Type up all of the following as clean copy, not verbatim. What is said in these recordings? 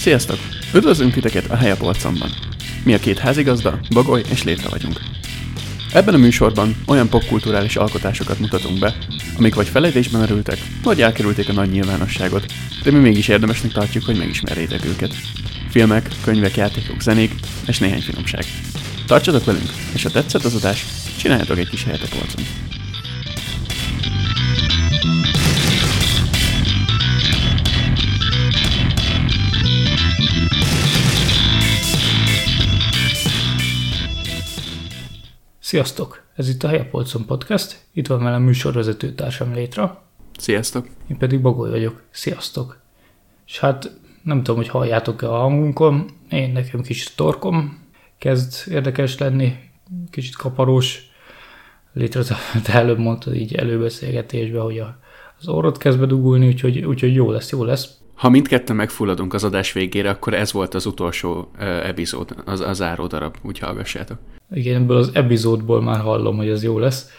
Sziasztok! Üdvözlünk titeket a Hely a Polcomban. Mi a két házigazda, Bagoly és Létra vagyunk. Ebben a műsorban olyan popkulturális alkotásokat mutatunk be, amik vagy felejtésben merültek, vagy elkerülték a nagy nyilvánosságot, de mi mégis érdemesnek tartjuk, hogy megismerjétek őket. Filmek, könyvek, játékok, zenék és néhány finomság. Tartsatok velünk, és ha tetszett az adás, csináljatok egy kis helyet a polcon. Sziasztok! Ez itt a Hely a Polcon podcast, itt van velem műsorvezető társam Létra. Sziasztok! Én pedig Bagoly vagyok. Sziasztok! És hát nem tudom, hogy halljátok-e a hangunkon, nekem kicsit torkom kezd érdekes lenni, kicsit kaparós. Létra, te előbb mondtad így előbeszélgetésben, hogy az orrod kezd bedugulni, úgyhogy jó lesz. Ha mindketten megfulladunk az adás végére, akkor ez volt az utolsó epizód, az záró darab, úgy hallgassátok. Igen, ebből az epizódból már hallom, hogy ez jó lesz,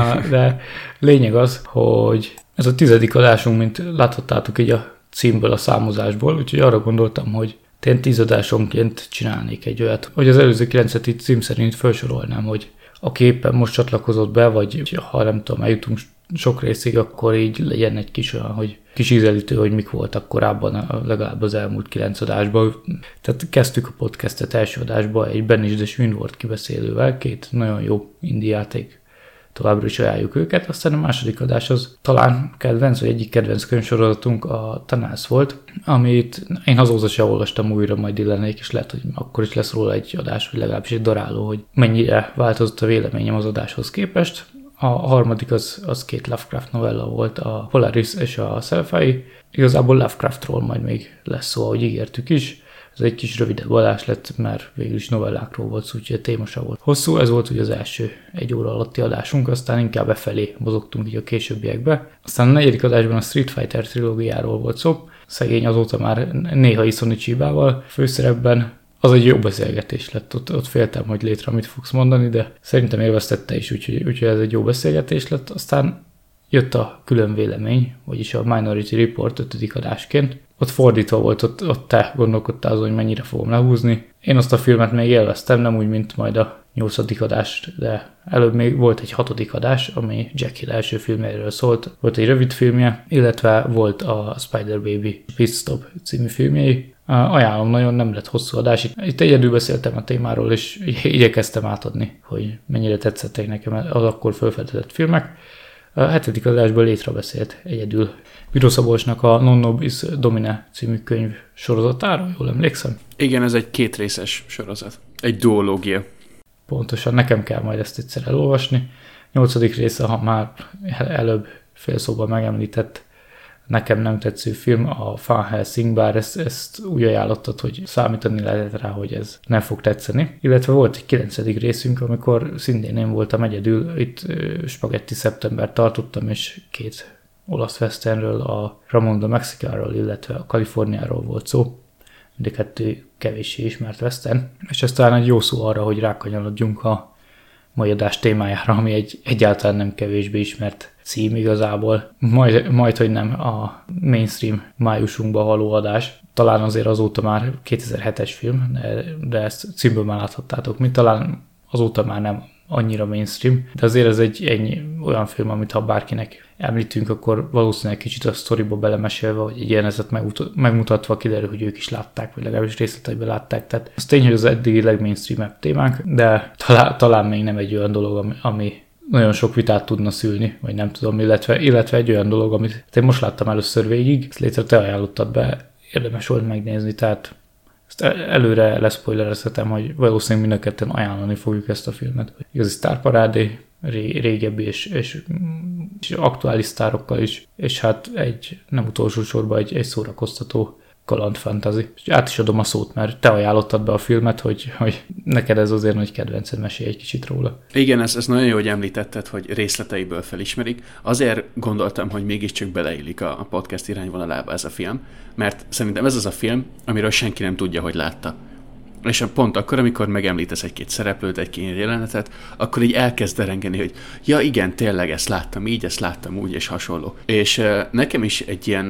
de lényeg az, hogy ez a 10. adásunk, mint láthattátok így a címből, a számozásból, úgyhogy arra gondoltam, hogy én 10 adásonként csinálnék egy olyat, hogy az előző 9-et cím szerint felsorolnám, hogy aki éppen most csatlakozott be, vagy ha nem tudom, eljutunk sok részig, akkor így legyen egy kis olyan, hogy kis ízelítő, hogy mik voltak korábban, legalább az elmúlt 9 adásban. Tehát kezdtük a podcastet első adásban egy Ben is the Swinward kibeszélővel, 2 nagyon jó indie játék, továbbra is ajánljuk őket. Aztán a második adás az talán kedvenc, vagy egyik kedvenc könyvsorozatunk a Tunnels volt, amit én azóta sem olvastam újra, majd illenék, és lehet, hogy akkor is lesz róla egy adás, vagy legalábbis egy daráló, hogy mennyire változott a véleményem az adáshoz képest. A harmadik az 2 Lovecraft novella volt, a Polaris és a Sci-Fi. Igazából Lovecraftról majd még lesz szó, ahogy ígértük is. Ez egy kis rövidebb adás lett, mert végül is novellákról volt szó, úgyhogy a téma sem volt hosszú. Ez volt ugye az első 1 óra alatti adásunk, aztán inkább befelé mozogtunk így a későbbiekbe. Aztán a 4. adásban a Street Fighter trilógiáról volt szó. Szegény azóta már néha iszoni csíbával főszerepben. Az egy jó beszélgetés lett, ott féltem, hogy Létre mit fogsz mondani, de szerintem élveztette is, úgyhogy ez egy jó beszélgetés lett. Aztán jött a külön vélemény, vagyis a Minority Report 5. adásként. Ott fordítva volt, ott te gondolkodtál azon, hogy mennyire fogom lehúzni. Én azt a filmet még élveztem, nem úgy, mint majd a 8. adást, de előbb még volt egy 6. adás, ami Jack Hill első filmjéről szólt. Volt egy rövid filmje, illetve volt a Spider Baby Pit Stop című filmjei. Ajánlom, nagyon nem lett hosszú adás. Itt egyedül beszéltem a témáról, és igyekeztem átadni, hogy mennyire tetszettek nekem az akkor felfedezett filmek. A 7. adásban Létra beszélt egyedül Bíró Szabolcsnak a Non Nobis Domine című könyv sorozatáról, jól emlékszem? Igen, ez egy 2 részes sorozat. Egy duológia. Pontosan, nekem kell majd ezt egyszer elolvasni. 8. része, ha már előbb félszóban megemlített, nekem nem tetsző film, a Van Helsing, bár ezt úgy ajánlottad, hogy számítani lehet rá, hogy ez nem fog tetszeni. Illetve volt egy 9. részünk, amikor szintén én voltam egyedül, itt Spaghetti September tartottam, és 2 olasz westernről, a Ramon de Mexikáról, illetve a Kaliforniáról volt szó. De 2 kevéssé ismert western. És ez talán egy jó szó arra, hogy rákanyarodjunk a mai adás témájára, ami egyáltalán nem kevésbé ismert cím igazából. Majd, hogy nem a mainstream májusunkba való adás. Talán azért azóta már 2007-es film, de ezt címből már láthattátok, mint talán azóta már nem annyira mainstream, de azért ez egy olyan film, amit ha bárkinek említünk, akkor valószínűleg kicsit a sztoriba belemesélve, vagy egy jelenetet megmutatva kiderül, hogy ők is látták, vagy legalábbis részleteiben látták. Tehát az tény, hogy az eddigi legmainstreamebb témánk, de talán még nem egy olyan dolog, ami nagyon sok vitát tudna szülni, vagy nem tudom, illetve egy olyan dolog, amit én most láttam először végig, ezt Létre te ajánlottad be, érdemes volt megnézni, tehát ezt előre leszpoilerezhetem, hogy valószínűleg mind a ketten ajánlani fogjuk ezt a filmet. Igazi sztárparádé, régebbi és aktuális sztárokkal is, és hát nem utolsó sorban egy szórakoztató kalandfantasy. Át is adom a szót, mert te ajánlottad be a filmet, hogy neked ez azért nagy kedvenced, mesélj egy kicsit róla. Igen, ez nagyon jó, hogy említetted, hogy részleteiből felismerik. Azért gondoltam, hogy mégiscsak beleillik a podcast irányvonalába ez a film, mert szerintem ez az a film, amiről senki nem tudja, hogy látta. És pont akkor, amikor megemlítesz egy-két szereplőt, egy-két jelenetet, akkor így elkezd derengeni, hogy ja igen, tényleg ezt láttam így, ezt láttam úgy, és hasonló. És nekem is egy ilyen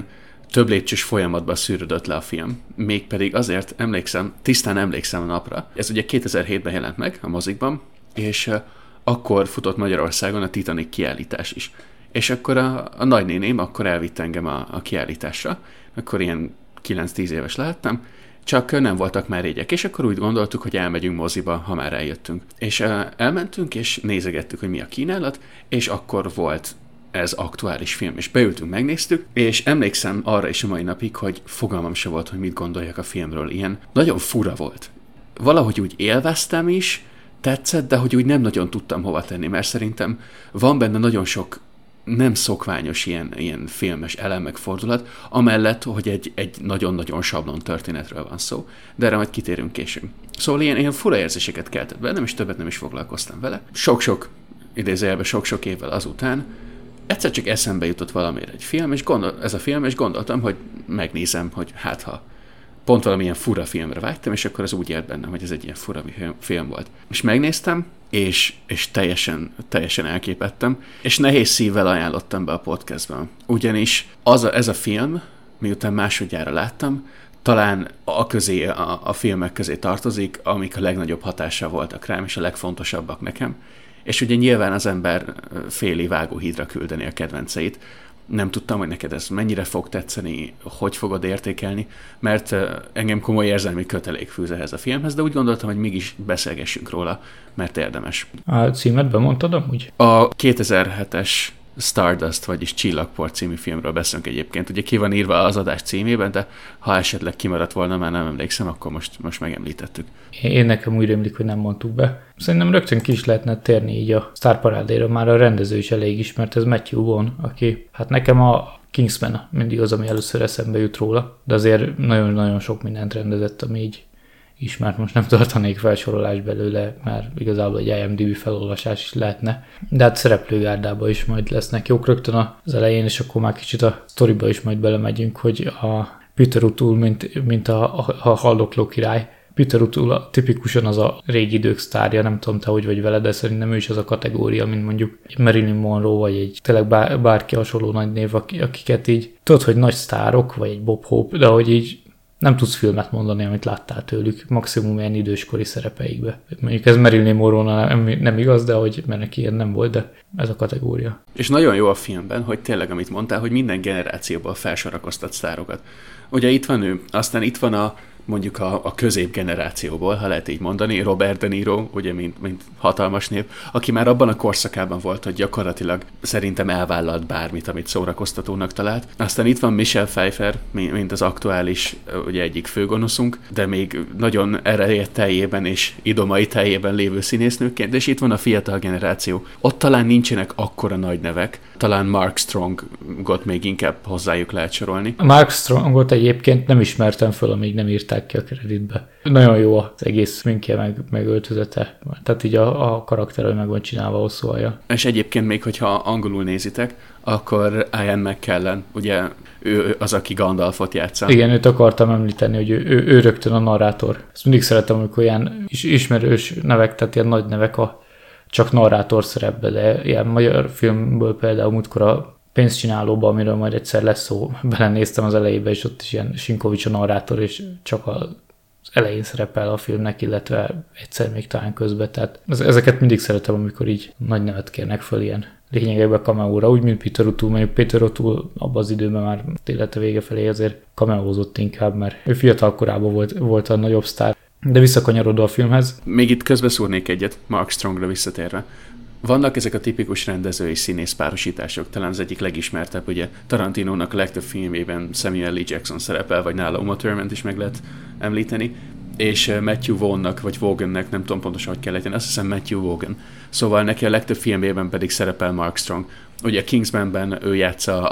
több lépcsős folyamatban szűrődött le a film. Mégpedig azért tisztán emlékszem a napra. Ez ugye 2007-ben jelent meg a mozikban, és akkor futott Magyarországon a Titanic kiállítás is. És akkor a nagynéném akkor elvitt engem a kiállításra, akkor ilyen 9-10 éves lehettem, csak nem voltak már jegyek, és akkor úgy gondoltuk, hogy elmegyünk moziba, ha már eljöttünk. És elmentünk, és nézegettük, hogy mi a kínálat, és akkor volt ez aktuális film, és beültünk, megnéztük, és emlékszem arra is a mai napig, hogy fogalmam se volt, hogy mit gondoljak a filmről. Ilyen nagyon fura volt. Valahogy úgy élveztem is, tetszett, de hogy úgy nem nagyon tudtam hova tenni, mert szerintem van benne nagyon sok nem szokványos ilyen filmes elem meg fordulat, amellett, hogy egy nagyon-nagyon sablon történetről van szó, de erre majd kitérünk később. Szóval ilyen fura érzéseket keltett bennem, és többet nem is foglalkoztam vele. Sok-sok, idézőjelben sok-sok évvel azután egyszer csak eszembe jutott valamiért egy film, és gondoltam, hogy megnézem, hogy hát ha pont valamilyen fura filmre vágytam, és akkor az úgy élt bennem, hogy ez egy ilyen fura film volt. És megnéztem, és teljesen elképettem, és nehéz szívvel ajánlottam be a podcastban. Ugyanis ez a film, miután másodjára láttam, talán a filmek közé tartozik, amik a legnagyobb hatással voltak rám, és a legfontosabbak nekem. És ugye nyilván az ember félig vágóhídra küldeni a kedvenceit. Nem tudtam, hogy neked ez mennyire fog tetszeni, hogy fogod értékelni, mert engem komoly érzelmi kötelék fűz ehhez a filmhez, de úgy gondoltam, hogy mégis beszélgessünk róla, mert érdemes. A címet bemondtad amúgy? A 2007-es Stardust, vagyis Csillagport című filmről beszélünk egyébként. Ugye ki van írva az adás címében, de ha esetleg kimaradt volna, már nem emlékszem, akkor most megemlítettük. Én nekem úgy rémlik, hogy nem mondtuk be. Szerintem rögtön ki is lehetne térni így a sztárparádéra, már a rendező is elég ismert, ez Matthew Vaughn, aki hát nekem a Kingsman mindig az, ami először eszembe jut róla, de azért nagyon-nagyon sok mindent rendezett, ami így ismert, most nem tartanék felsorolás belőle, mert igazából egy IMDb felolvasás is lehetne. De hát szereplőgárdában is majd lesznek jók rögtön az elején, és akkor már kicsit a sztoriba is majd belemegyünk, hogy a Peter O'Toole, mint a haldokló király. Peter O'Toole tipikusan az a régi idők sztárja, nem tudom te hogy vagy vele, de szerintem ő is az a kategória, mint mondjuk Marilyn Monroe, vagy egy tényleg bárki hasonló nagy név, akiket így tudod, hogy nagy sztárok, vagy egy Bob Hope, de hogy így nem tudsz filmet mondani, amit láttál tőlük, maximum ilyen időskori szerepeikbe. Mondjuk ez Marilyn Monroe nem igaz, de mert neki ilyen nem volt, de ez a kategória. És nagyon jó a filmben, hogy tényleg, amit mondtál, hogy minden generációból felsorakoztat sztárokat. Ugye itt van ő, aztán itt van mondjuk a középgenerációból, ha lehet így mondani, Robert De Niro, ugye, mint hatalmas név, aki már abban a korszakában volt, hogy gyakorlatilag szerintem elvállalt bármit, amit szórakoztatónak talált. Aztán itt van Michelle Pfeiffer, mint az aktuális, ugye egyik főgonoszunk, de még nagyon ereje teljében és idomai teljében lévő színésznőként, és itt van a fiatal generáció. Ott talán nincsenek akkora nagy nevek, talán Mark Strongot még inkább hozzájuk lehet sorolni. A Mark Strongot egyébként nem ismertem föl, amíg nem írták ki a kreditbe. Nagyon jó az egész szminkje, meg öltözete. Tehát így a karakter meg van csinálva hosszú haja. És egyébként még, hogyha angolul nézitek, akkor Ian McKellen, ugye ő az, aki Gandalfot játsza. Igen, őt akartam említeni, hogy ő rögtön a narrátor. Ezt mindig szeretem, amikor ilyen ismerős nevek, tehát ilyen nagy nevek csak narrátor szerepbe, de ilyen magyar filmből például múltkor a Pénzcsinálóban, amiről majd egyszer lesz szó, belenéztem az elejébe, és ott is ilyen Sinkovics a narrátor, és csak az elején szerepel a filmnek, illetve egyszer még talán közben. Tehát ezeket mindig szeretem, amikor így nagy nevet kérnek föl ilyen lényegekben cameóra, úgy, mint Peter O'Toole, mondjuk Peter O'Toole abban az időben már élete vége felé azért cameózott inkább, mert ő fiatal korában volt a nagyobb sztár. De visszakanyarodva a filmhez. Még itt közbeszúrnék egyet, Mark Strongra visszatérve. Vannak ezek a tipikus rendező és színész párosítások, talán az egyik legismertebb, ugye Tarantinónak a legtöbb filmében Samuel L. Jackson szerepel, vagy nála Uma Thurmant is meg lehet említeni, és Matthew Vaughannak, vagy Vaughannek, nem tudom pontosan, hogy kell ejteni, azt hiszem Matthew Vaughan. Szóval neki a legtöbb filmében pedig szerepel Mark Strong. Ugye a Kingsmanben ő játsza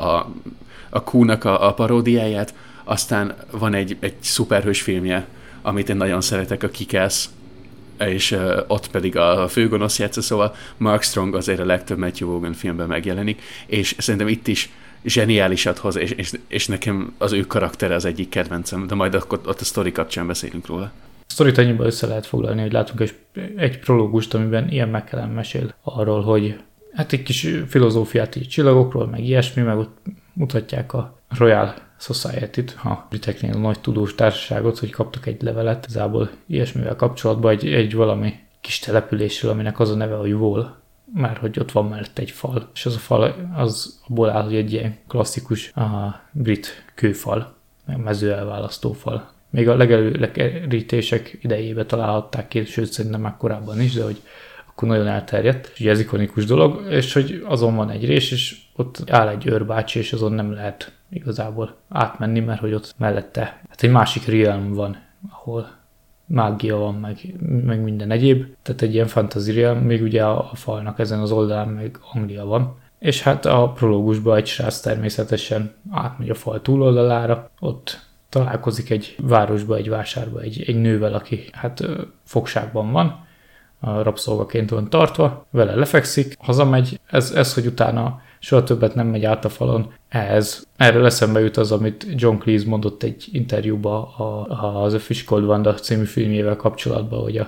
a Q-nak a paródiáját, aztán van egy szuperhős filmje, amit én nagyon szeretek, a Kick-Ass, és ott pedig a főgonosz játsza, szóval Mark Strong azért a legtöbb Matthew Vaughan filmben megjelenik, és szerintem itt is zseniálisat hoz, és nekem az ő karaktere az egyik kedvencem, de majd ott a sztori kapcsán beszélünk róla. A sztorit annyiban össze lehet foglalni, hogy látunk egy prológust, amiben Ian McKellen mesél arról, hogy hát egy kis filozófiát így csillagokról, meg ilyesmi, meg ott mutatják a Royal Society-t, a briteknél a nagy tudós társaságot, hogy kaptak egy levelet, igazából ilyesmivel kapcsolatban egy valami kis településről, aminek az a neve, hogy Wall, már hogy ott van mellett egy fal, és az a fal az abból áll, hogy egy ilyen klasszikus brit kőfal, mezőelválasztó fal. Még a legelőkerítések idejében találhatták ki, sőt szerintem már korábban is, de hogy akkor nagyon elterjedt. És ugye ez ikonikus dolog, és hogy azon van egy rés, és ott áll egy őrbácsi, és azon nem lehet igazából átmenni, mert hogy ott mellette hát egy másik realm van, ahol mágia van, meg minden egyéb. Tehát egy ilyen fantasy realm, még ugye a falnak ezen az oldalán meg Anglia van. És hát a prológusban egy srác természetesen átmegy a fal túloldalára, ott találkozik egy városba, egy vásárba egy nővel, aki hát fogságban van, a rabszolgaként van tartva, vele lefekszik, hazamegy, ez hogy utána soha többet nem megy át a falon, erről eszembe jut az, amit John Cleese mondott egy interjúban az A Fish Called Wanda című filmjével kapcsolatban, hogy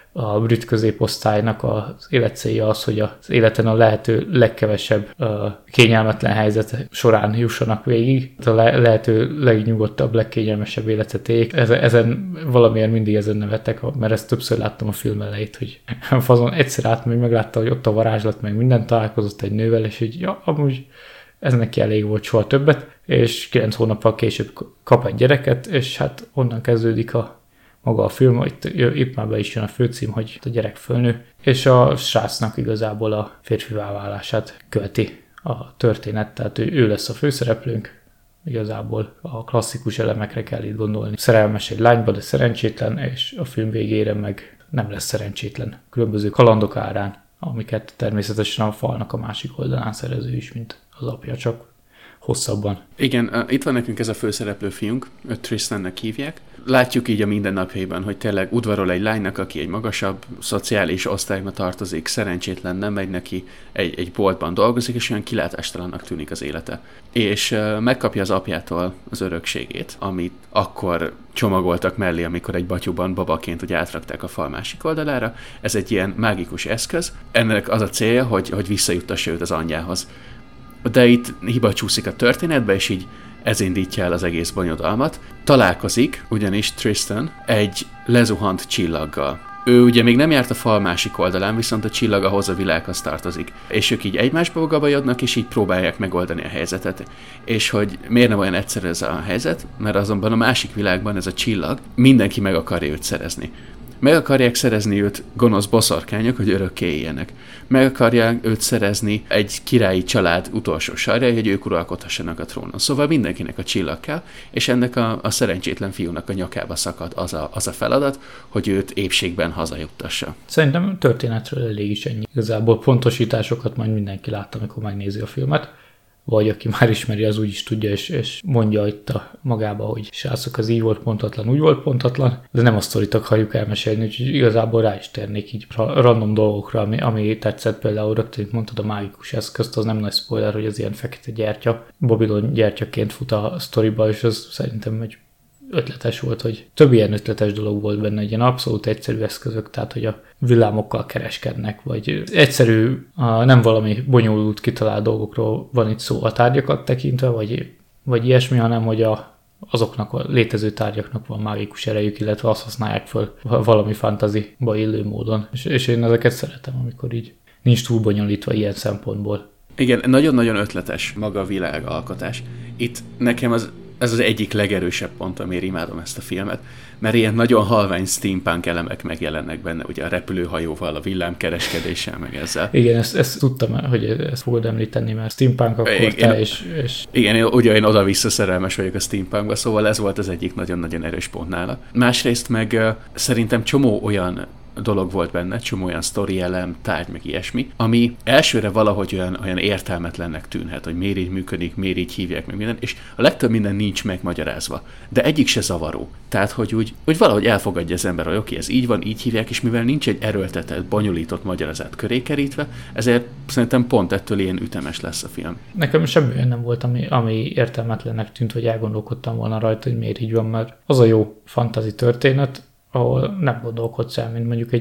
a brit középosztálynak az életcélja az, hogy az életen a lehető legkevesebb kényelmetlen helyzet során jussanak végig. A lehető legnyugodtabb, legkényelmesebb életet éljék. Ezen valamiért mindig ezen nevettek, mert ezt többször láttam a film elejét, hogy fazon egyszer átmegy, meglátta, hogy ott a varázslat, meg minden, találkozott egy nővel, és így ja, amúgy ez neki elég volt, soha többet, és 9 hónappal később kap egy gyereket, és hát onnan kezdődik maga a film, itt már be is jön a főcím, hogy a gyerek fölnő, és a srácnak igazából a férfivá válását követi a történet, tehát ő lesz a főszereplőnk, igazából a klasszikus elemekre kell itt gondolni. Szerelmes egy lányba, de szerencsétlen, és a film végére meg nem lesz szerencsétlen. Különböző kalandok árán, amiket természetesen a falnak a másik oldalán szerező is, mint az apja, csak hosszabban. Igen, itt van nekünk ez a főszereplő fiunk, őt Tristannek hívják. Látjuk így a mindennapjaiban, hogy tényleg udvarol egy lánynak, aki egy magasabb szociális osztályba tartozik, szerencsétlen, nem megy neki, egy boltban dolgozik, és olyan kilátástalannak tűnik az élete. És megkapja az apjától az örökségét, amit akkor csomagoltak mellé, amikor egy batyuban babaként ugye átrakták a fal másik oldalára. Ez egy ilyen mágikus eszköz. Ennek az a célja, hogy visszajuttassa őt az anyjához. De itt hiba csúszik a történetbe, és így ez indítja el az egész bonyodalmat. Találkozik ugyanis Tristan egy lezuhant csillaggal. Ő ugye még nem járt a fal másik oldalán, viszont a csillag ahhoz a világhoz tartozik. És ők így egymásba gabajodnak, és így próbálják megoldani a helyzetet. És hogy miért nem olyan egyszerű ez a helyzet, mert azonban a másik világban ez a csillag, mindenki meg akarja őt szerezni. Meg akarják szerezni őt gonosz boszorkányok, hogy örökké éljenek. Meg akarják őt szerezni egy királyi család utolsó sarjai, hogy ők uralkodhassanak a trónon. Szóval mindenkinek a csillag kell, és ennek a szerencsétlen fiúnak a nyakába szakad az a feladat, hogy őt épségben hazajuttassa. Szerintem történetről elég is ennyi. Igazából pontosításokat majd mindenki látta, amikor megnézi a filmet. Vagy aki már ismeri, az úgy is tudja, és mondja itt magába, hogy srácok, az így volt pontatlan, úgy volt pontatlan, de nem a sztorit akarjuk elmesélni, úgyhogy igazából rá is térnék így random dolgokra, ami tetszett, például rögtön itt mondtad a mágikus eszközt, az nem nagy spoiler, hogy az ilyen fekete gyertya, Babylon gyertyaként fut a sztoriba, és az szerintem egy ötletes volt, hogy több ilyen ötletes dolog volt benne, egy ilyen abszolút egyszerű eszközök, tehát hogy a villámokkal kereskednek, vagy egyszerű, nem valami bonyolult kitalált dolgokról van itt szó a tárgyakat tekintve, vagy ilyesmi, hanem hogy azoknak a létező tárgyaknak van mágikus erejük, illetve azt használják föl valami fantaziba illő módon. És én ezeket szeretem, amikor így nincs túl bonyolítva ilyen szempontból. Igen, nagyon-nagyon ötletes maga a világalkotás. Itt nekem ez az egyik legerősebb pont, amiért imádom ezt a filmet, mert ilyen nagyon halvány steampunk elemek megjelennek benne, ugye a repülőhajóval, a villámkereskedéssel, meg ezzel. Igen, ezt tudtam, hogy ezt fogod említeni, mert steampunk akkor te és... Igen, én oda-vissza szerelmes vagyok a steampunkba, szóval ez volt az egyik nagyon-nagyon erős pont nála. Másrészt meg szerintem csomó olyan dolog volt benne, csomó olyan sztori elem, tárgy, meg ilyesmi, ami elsőre valahogy olyan értelmetlennek tűnhet, hogy miért így működik, miért így hívják, meg minden, és a legtöbb minden nincs megmagyarázva, de egyik se zavaró. Tehát, hogy úgy valahogy elfogadja az ember, hogy oké, ez így van, így hívják, és mivel nincs egy erőltetett, bonyolított magyarázat köré kerítve, ezért szerintem pont ettől ilyen ütemes lesz a film. Nekem semmi olyan nem volt, ami értelmetlennek tűnt, hogy elgondolkodtam volna rajta, hogy miért így van, mert az a jó fantasy történet, ahol nem gondolkodsz el, mint mondjuk egy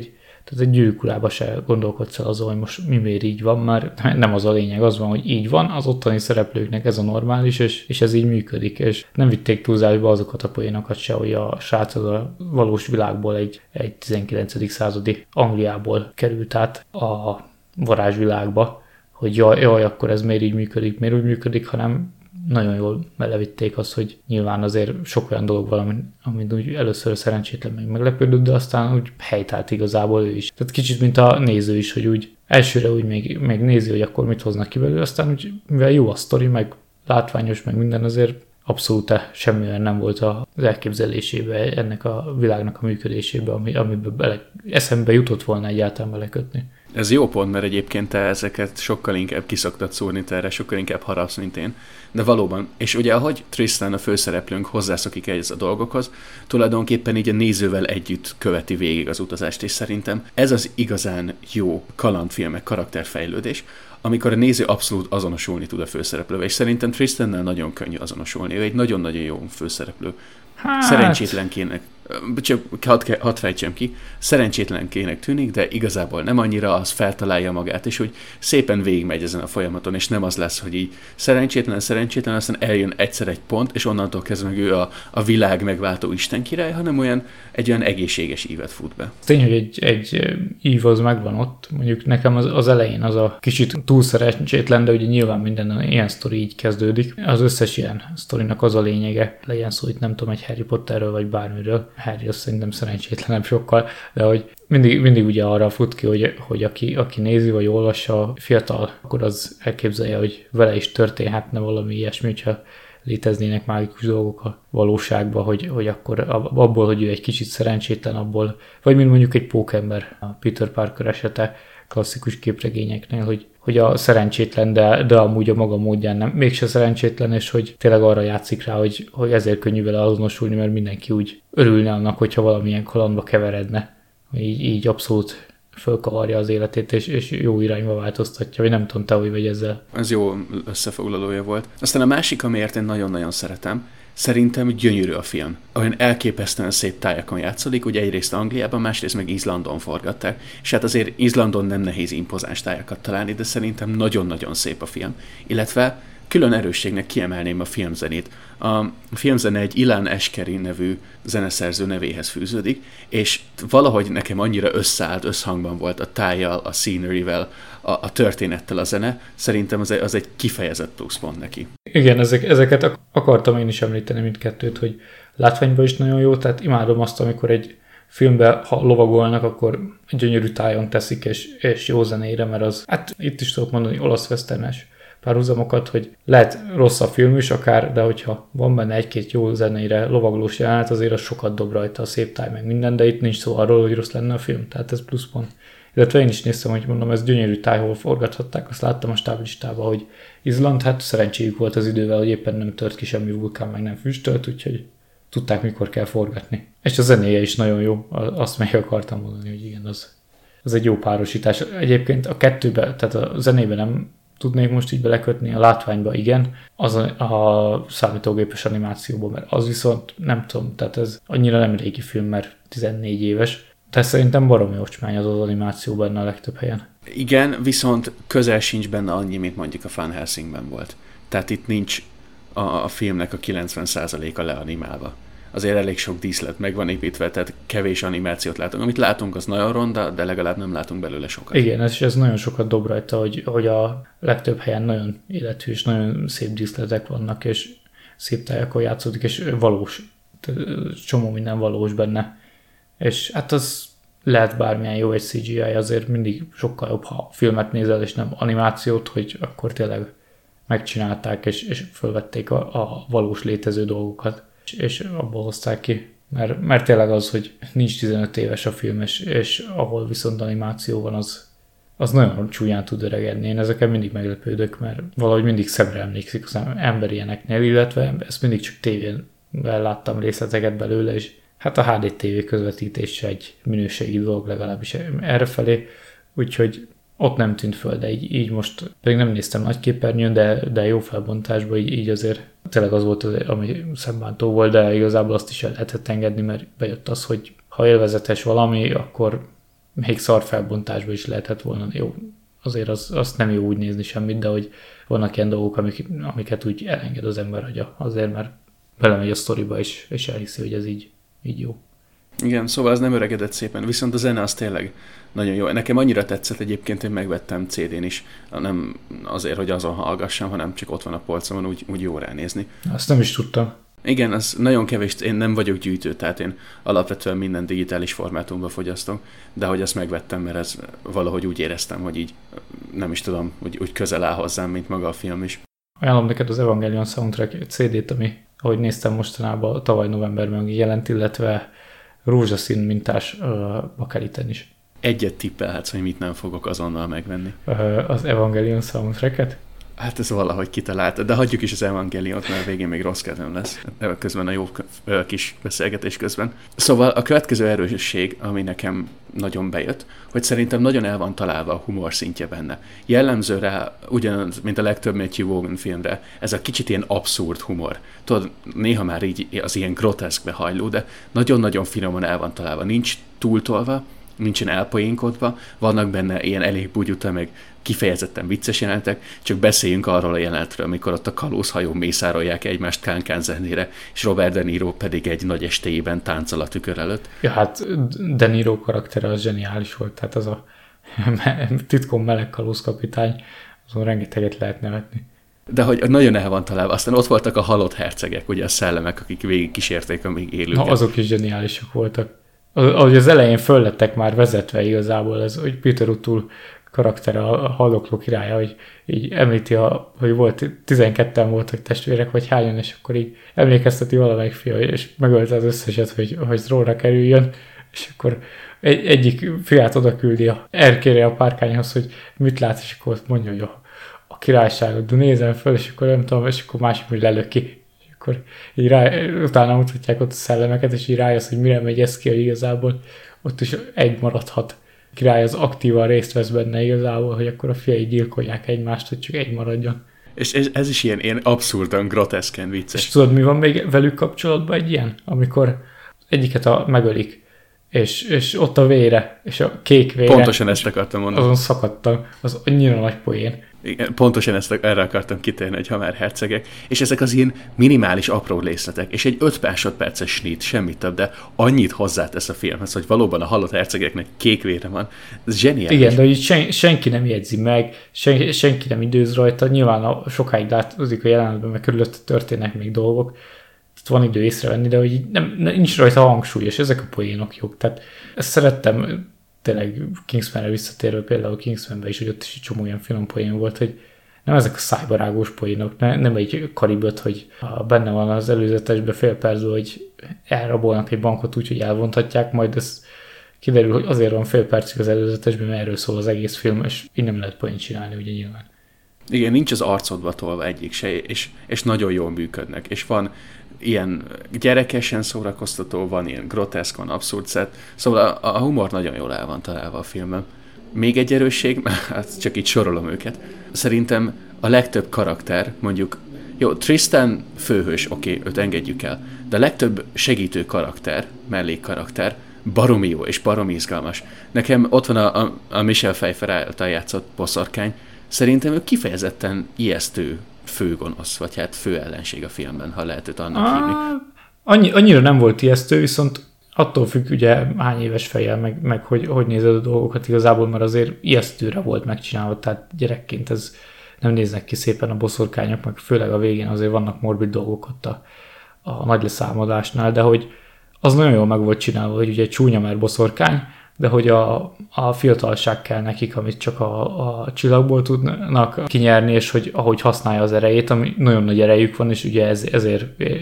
Tehát egy Gyűrűk Urába se gondolkodsz el azon, hogy most mi miért így van, mert nem az a lényeg, az van, hogy így van, az ottani szereplőknek ez a normális, és ez így működik, és nem vitték túlzásba azokat a poénokat se, hogy a srác az a valós világból egy 19. századi Angliából került át a varázsvilágba, hogy jaj, akkor ez miért így működik, miért úgy működik, hanem nagyon jól belevitték azt, hogy nyilván azért sok olyan dolog van, amit úgy először szerencsétlen meglepődött, de aztán úgy helytált igazából ő is. Tehát kicsit, mint a néző is, hogy úgy elsőre úgy még nézi, hogy akkor mit hoznak ki belőle, aztán úgy, mivel jó a sztori, meg látványos, meg minden, azért abszolút semmi olyan nem volt az elképzelésébe, ennek a világnak a működésébe, amiben eszembe jutott volna egyáltalán belekötni. Ez jó pont, mert egyébként te ezeket sokkal inkább kiszoktad szúrni, te erre sokkal inkább harapsz, mint én. De valóban, és ugye ahogy Tristan a főszereplőnk hozzászokik ehhez a dolgokhoz, tulajdonképpen így a nézővel együtt követi végig az utazást, és szerintem ez az igazán jó kalandfilmek, karakterfejlődés, amikor a néző abszolút azonosulni tud a főszereplővel, és szerintem Tristannel nagyon könnyű azonosulni, ő egy nagyon-nagyon jó főszereplő. Szerencsétlenkének, csak hadd fejtsem ki, szerencsétlenkének tűnik, de igazából nem annyira, az feltalálja magát, és hogy szépen végigmegy ezen a folyamaton, és nem az lesz, hogy így szerencsétlen, aztán eljön egyszer egy pont, és onnantól kezdve meg ő a világ megváltó istenkirály, hanem egy olyan egészséges ívet fut be. Tény, hogy egy ív az megvan ott, mondjuk nekem az elején az a kicsit túl szerencsétlen, de ugye nyilván minden ilyen sztori így kezdődik. Az összes ilyen sztorinak az a lényege, legyen szó itt nem tudom, egy Harry Potterről vagy bármiről, Harry azt szerintem szerencsétlenebb sokkal, de hogy mindig ugye arra fut ki, hogy aki nézi vagy olvassa fiatal, akkor az elképzelje, hogy vele is történhetne valami ilyesmi, hogyha léteznének mágikus dolgok a valóságban, hogy akkor abból, hogy ő egy kicsit szerencsétlen, abból, vagy mint mondjuk egy pókember, a Peter Parker esete klasszikus képregényeknél, hogy a szerencsétlen, de amúgy a maga módján nem, mégse szerencsétlen, és hogy tényleg arra játszik rá, hogy ezért könnyű vele azonosulni, mert mindenki úgy örülne annak, hogyha valamilyen kalandba keveredne. Így abszolút fölkavarja az életét, és jó irányba változtatja, vagy nem tudom, te hogy vagy ezzel. Ez jó összefoglalója volt. Aztán a másik, amiért én nagyon-nagyon szeretem, szerintem gyönyörű a film. Olyan elképesztően szép tájakon játszolik, ugye egyrészt Angliában, másrészt meg Izlandon forgatták. És hát azért Izlandon nem nehéz impozáns tájakat találni, de szerintem nagyon-nagyon szép a film. Illetve külön erősségnek kiemelném a filmzenét. A filmzene egy Ilan Eskeri nevű zeneszerző nevéhez fűződik, és valahogy nekem annyira összeállt, összhangban volt a tájjal, a scenery-vel, a történettel a zene, szerintem az egy kifejezett pluszpont neki. Igen, ezeket akartam én is említeni mindkettőt, hogy látványban is nagyon jó, tehát imádom azt, amikor egy filmben, ha lovagolnak, akkor gyönyörű tájon teszik, és jó zenére, mert az, hát itt is tudok mondani, olasz westernes párhuzamokat, hogy lehet rossz a film is akár, de hogyha van benne egy-két jó zenére lovaglós jelenet, azért az sokat dob rajta a szép táj meg minden, de itt nincs szó arról, hogy rossz lenne a film, tehát ez pluszpont. Illetve én is néztem, hogy mondom, ez gyönyörű táj, hol forgathatták, azt láttam a stáblistában, hogy Izland, hát szerencséjük volt az idővel, hogy éppen nem tört ki semmi vulkán, meg nem füstölt, úgyhogy tudták, mikor kell forgatni. És a zenéje is nagyon jó, azt meg akartam mondani, hogy igen, az egy jó párosítás. Egyébként a kettőbe, tehát a zenébe nem tudnék most így belekötni, a látványba igen, az a számítógépes animációban, mert az viszont nem tudom, tehát ez annyira nem régi film, mert 14 éves, de szerintem baromi ocsmány az animáció benne a legtöbb helyen. Igen, viszont közel sincs benne annyi, mint mondjuk a Van Helsingben volt. Tehát itt nincs a filmnek a 90%-a leanimálva. Azért elég sok díszlet meg van építve, tehát kevés animációt látunk. Amit látunk, az nagyon ronda, de legalább nem látunk belőle sokat. Igen, ez nagyon sokat dob rajta, hogy a legtöbb helyen nagyon életű és nagyon szép díszletek vannak, és szép tájakon játszódik, és valós. Csomó minden valós benne. És hát az lehet bármilyen jó egy CGI, azért mindig sokkal jobb, ha filmet nézel, és nem animációt, hogy akkor tényleg megcsinálták, és fölvették a valós létező dolgokat, és abból hozták ki. Mert tényleg az, hogy nincs 15 éves a film, és ahol viszont animáció van, az nagyon csúnyán tud öregedni. Én ezeken mindig meglepődök, mert valahogy mindig szemre emlékszik az ember ilyeneknél, illetve ezt mindig csak tévén láttam részleteket belőle, és hát a HD TV közvetítése egy minőségi dolog legalábbis errefelé, úgyhogy ott nem tűnt föl, de így most pedig nem néztem nagy képernyőn, de jó felbontásban, így azért tényleg az volt, ami szembántó volt, de igazából azt is el lehetett engedni, mert bejött az, hogy ha élvezetes valami, akkor még szar felbontásban is lehetett volna. Jó, azért azt nem jó úgy nézni semmit, de hogy vannak ilyen dolgok, amiket úgy elenged az ember agya, azért, mert belemegy a sztoriba, és elhiszi, hogy ez így jó. Igen, szóval az nem öregedett szépen, viszont a zene az tényleg nagyon jó. Nekem annyira tetszett egyébként, hogy megvettem CD-n is, nem azért, hogy azon hallgassam, hanem csak ott van a polcomon, úgy jó ránézni. Azt nem is tudtam. Igen, az nagyon kevés, én nem vagyok gyűjtő, tehát én alapvetően minden digitális formátumban fogyasztom, de hogy azt megvettem, mert ez valahogy úgy éreztem, hogy így nem is tudom, úgy közel áll hozzám, mint maga a film is. Ajánlom neked az Evangelion Soundtrack CD-t, ami, ahogy néztem mostanában, tavaly novemberben jelent, illetve rózsaszín mintás bakeliten is. Egyet tippelhetsz, hogy mit nem fogok azonnal megvenni. Az Evangelion Soundtracket? Hát ez valahogy kitalálta, de hagyjuk is az Evangeliont, mert végén még rossz kedvem lesz. Közben a jó kis beszélgetés közben. Szóval a következő erősség, ami nekem nagyon bejött, hogy szerintem nagyon el van találva a humor szintje benne. Jellemző rá, ugyanaz, mint a legtöbb Matthew Vaughn filmre, ez a kicsit ilyen abszurd humor. Tudod, néha már így az ilyen groteszkbe hajló, de nagyon-nagyon finoman el van találva. Nincs túltolva, nincsen elpoénkodva, vannak benne ilyen elég bugyuta, meg kifejezetten vicces jelenetek, csak beszéljünk arról a jelenetről, amikor ott a kalózhajó mészárolják egymást kánkán zenére, és Robert De Niro pedig egy nagy estéjében táncol a tükör előtt. Ja, hát De Niro karaktere az zseniális volt, tehát az a titkon meleg kalózkapitány, azon rengeteget lehet nevetni. De hogy nagyon el van találva. Aztán ott voltak a halott hercegek, ugye a szellemek, akik végig kísérték a még élőket. Na, azok is zseniálisak voltak. Ahogy az elején föllettek már vezetve igazából, ez, hogy Peter O'Toole karaktere, a haldokló királya, hogy így említi, hogy volt 12-en voltak testvérek, vagy hányan, és akkor így emlékezteti valamelyik fia, és megölte az összeset, hogy trónra kerüljön, és akkor egyik fiát oda küldi erkére a párkányhoz, hogy mit lát, és akkor mondja, hogy a királyságot, de nézem föl, és akkor nem tudom, és akkor másik, hogy lelöki. Akkor így utána mutatják ott a szellemeket, és így rájössz, hogy mire megy ez ki, hogy igazából ott is egy maradhat. A király az aktívan részt vesz benne igazából, hogy akkor a fiai gyilkolják egymást, hogy csak egy maradjon. És ez is ilyen abszurdan, groteszken vicces. És tudod, mi van még velük kapcsolatban egy ilyen? Amikor egyiket megölik, és ott a vére, és a kék vére. Pontosan ezt akartam mondani. Azon szakadtam, az annyira nagy poén. Igen, pontosan erre akartam kitérni, hogy ha már hercegek, és ezek az ilyen minimális apró részletek, és egy 5 másodperces snit, semmit több, de annyit hozzátesz a filmhez, hogy valóban a halott hercegeknek kék vére van. Ez zseniális. Igen, de így senki nem jegyzi meg, senki nem időz rajta, nyilván sokáig látszik a jelenetben, mert körülötte történnek még dolgok, van idő észrevenni, de hogy nincs rajta hangsúly, és ezek a poénok jók. Tehát ezt szerettem tényleg Kingsmanre visszatérve, például Kingsmanben is, hogy ott is egy csomó ilyen finom poén volt, hogy nem ezek a szájbarágós poénok, nem egy kariböt, hogy benne van az előzetesben fél percben, hogy elrabolnak egy bankot úgy, hogy elvontatják, majd ez kiderül, hogy azért van fél percig az előzetesben, mert erről szól az egész film, és így nem lehet poént csinálni, ugye nyilván. Igen, nincs az arcodba tolva egyik se, és nagyon jól működnek, és van ilyen gyerekesen szórakoztató, van ilyen groteszk, van abszurd szett, szóval a humor nagyon jól el van találva a filmben. Még egy erősség, hát csak így sorolom őket, szerintem a legtöbb karakter, mondjuk, jó, Tristan főhős, oké, őt engedjük el, de a legtöbb segítő karakter, mellékkarakter, baromi jó és baromi izgalmas. Nekem ott van a Michelle Pfeiffer által játszott boszorkány, szerintem ő kifejezetten ijesztő főgonosz, vagy hát fő ellenség a filmben, ha lehet őt annak hívni. Annyira nem volt ijesztő, viszont attól függ ugye hány éves fejjel, meg hogy nézed a dolgokat igazából, mert azért ijesztőre volt megcsinálva, tehát gyerekként ez nem néznek ki szépen a boszorkányok, meg főleg a végén azért vannak morbid dolgok ott a nagy leszámolásnál, de hogy az nagyon jól meg volt csinálva, hogy ugye csúnya már boszorkány, de hogy a fiatalság kell nekik, amit csak a csillagból tudnak kinyerni, és hogy ahogy használja az erejét, ami nagyon nagy erejük van, és ugye ezért